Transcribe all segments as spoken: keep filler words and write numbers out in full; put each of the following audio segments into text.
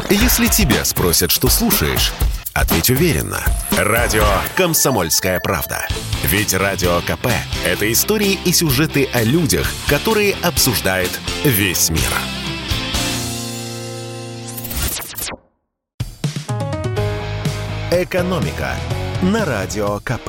Если тебя спросят, что слушаешь, ответь уверенно. Радио «Комсомольская правда». Ведь Радио КП – это истории и сюжеты о людях, которые обсуждает весь мир. «Экономика» на Радио КП.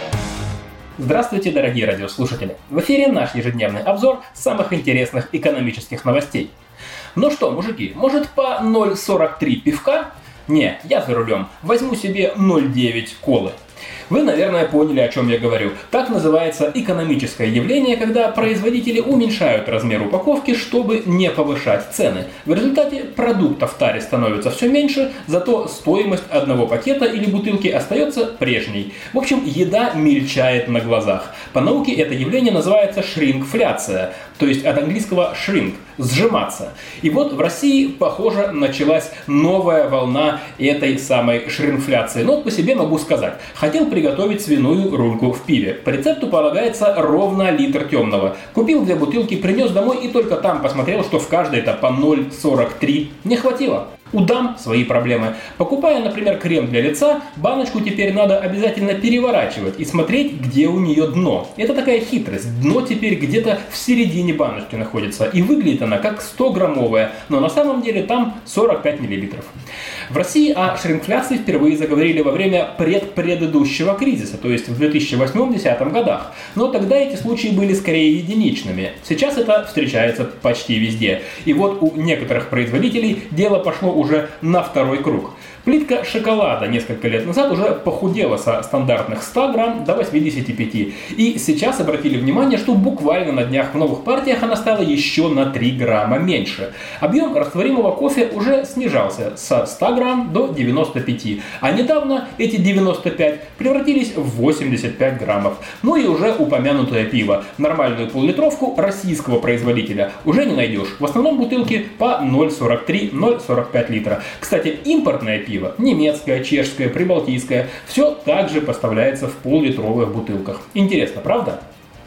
Здравствуйте, дорогие радиослушатели! В эфире наш ежедневный обзор самых интересных экономических новостей. Ну что, мужики, может по ноль сорок три пивка? Не, я за рулем. Возьму себе ноль девять колы. Вы, наверное, поняли, о чем я говорю. Так называется экономическое явление, когда производители уменьшают размер упаковки, чтобы не повышать цены. В результате продуктов в таре становится все меньше, зато стоимость одного пакета или бутылки остается прежней. В общем, еда мельчает на глазах. По науке это явление называется шрингфляция, то есть от английского shrink – сжиматься. И вот в России, похоже, началась новая волна этой самой шрингфляции. Но вот по себе могу сказать. Хотел приготовить свиную рульку в пиве. По рецепту полагается ровно литр темного. Купил две бутылки, принес домой и только там посмотрел, что в каждой-то по ноль сорок три. Не хватило. У дам свои проблемы. Покупая, например, крем для лица, баночку теперь надо обязательно переворачивать и смотреть, где у нее дно. Это такая хитрость. Дно теперь где-то в середине баночки находится. И выглядит она как сто граммовая, но на самом деле там сорок пять миллилитров. В России о шрингфляции впервые заговорили во время предпредыдущего кризиса, то есть в две тысячи восьмом-две тысячи десятом годах. Но тогда эти случаи были скорее единичными. Сейчас это встречается почти везде. И вот у некоторых производителей дело пошло уже на второй круг. Плитка шоколада несколько лет назад уже похудела со стандартных ста грамм до восьмидесяти пяти. И сейчас обратили внимание, что буквально на днях в новых партиях она стала еще на три грамма меньше. Объем растворимого кофе уже снижался со ста грамм до девяноста пяти. А недавно эти девяносто пять превратились в восемьдесят пять граммов. Ну и уже упомянутое пиво. Нормальную пол-литровку российского производителя уже не найдешь. В основном бутылки по ноль сорок три - ноль сорок пять литра. Кстати, импортное пиво немецкое, чешское, прибалтийское, все также поставляется в пол-литровых бутылках. Интересно, правда?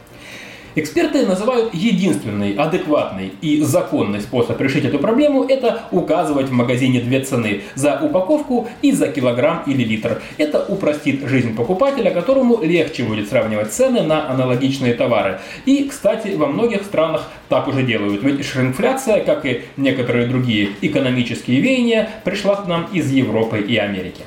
Эксперты называют единственный адекватный и законный способ решить эту проблему – это указывать в магазине две цены – за упаковку и за килограмм или литр. Это упростит жизнь покупателя, которому легче будет сравнивать цены на аналогичные товары. И, кстати, во многих странах так уже делают. Ведь шрингфляция, как и некоторые другие экономические веяния, пришла к нам из Европы и Америки.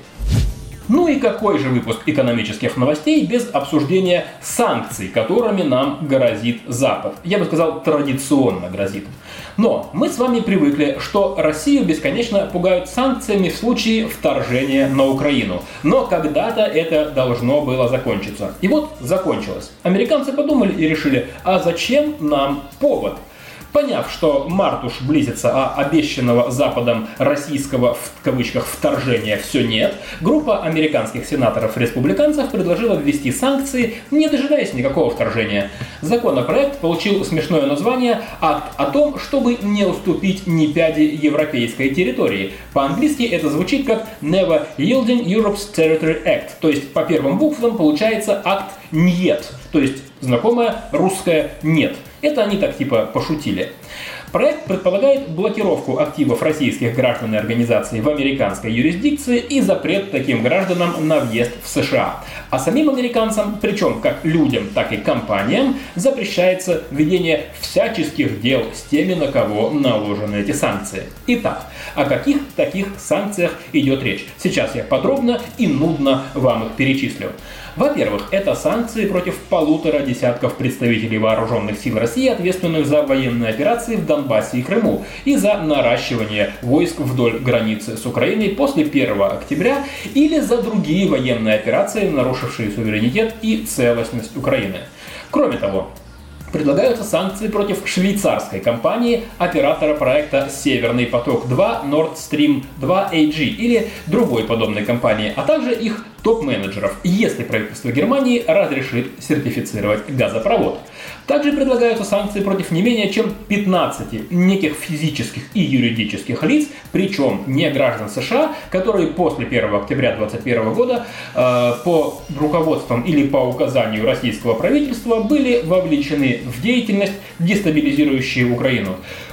Ну и какой же выпуск экономических новостей без обсуждения санкций, которыми нам грозит Запад? Я бы сказал, традиционно грозит. Но мы с вами привыкли, что Россию бесконечно пугают санкциями в случае вторжения на Украину. Но когда-то это должно было закончиться. И вот закончилось. Американцы подумали и решили, а зачем нам повод? Поняв, что март уж близится, а обещанного Западом российского, в кавычках, вторжения все нет, группа американских сенаторов-республиканцев предложила ввести санкции, не дожидаясь никакого вторжения. Законопроект получил смешное название «Акт о том, чтобы не уступить ни пяди европейской территории». По-английски это звучит как «Never Yielding Europe's Territory Act», то есть по первым буквам получается «Акт НЕТ», то есть знакомое русское «нет». Это они так типа пошутили. Проект предполагает блокировку активов российских граждан и организаций в американской юрисдикции и запрет таким гражданам на въезд в США. А самим американцам, причем как людям, так и компаниям, запрещается ведение всяческих дел с теми, на кого наложены эти санкции. Итак, о каких таких санкциях идет речь? Сейчас я подробно и нудно вам их перечислю. Во-первых, это санкции против полутора десятков представителей вооруженных сил России, ответственных за военные операции в Донбассе и Крыму и за наращивание войск вдоль границы с Украиной после первого октября или за другие военные операции, нарушившие суверенитет и целостность Украины. Кроме того, предлагаются санкции против швейцарской компании, оператора проекта «Северный поток-два» Nord Stream два эй джи или другой подобной компании, а также их топ-менеджеров, если правительство Германии разрешит сертифицировать газопровод. Также предлагаются санкции против не менее чем пятнадцати неких физических и юридических лиц, причем не граждан США, которые после первого октября две тысячи двадцать первого года э, по руководствам или по указанию российского правительства были вовлечены в деятельность, дестабилизирующую Украину.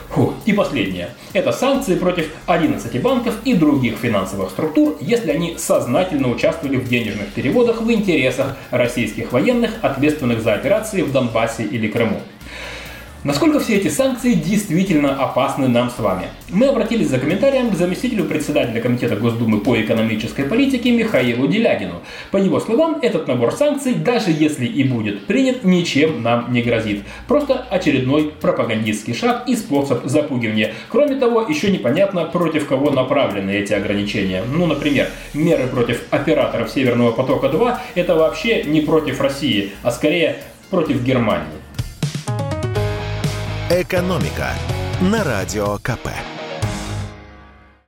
Фу. И последнее. Это санкции против одиннадцати банков и других финансовых структур, если они сознательно участвовали в денежных переводах в интересах российских военных, ответственных за операции в Донбассе или Крыму. Насколько все эти санкции действительно опасны нам с вами? Мы обратились за комментарием к заместителю председателя Комитета Госдумы по экономической политике Михаилу Делягину. По его словам, этот набор санкций, даже если и будет принят, ничем нам не грозит. Просто очередной пропагандистский шаг и способ запугивания. Кроме того, еще непонятно, против кого направлены эти ограничения. Ну, например, меры против операторов Северного потока-два – это вообще не против России, а скорее против Германии. «Экономика» на Радио ка пэ.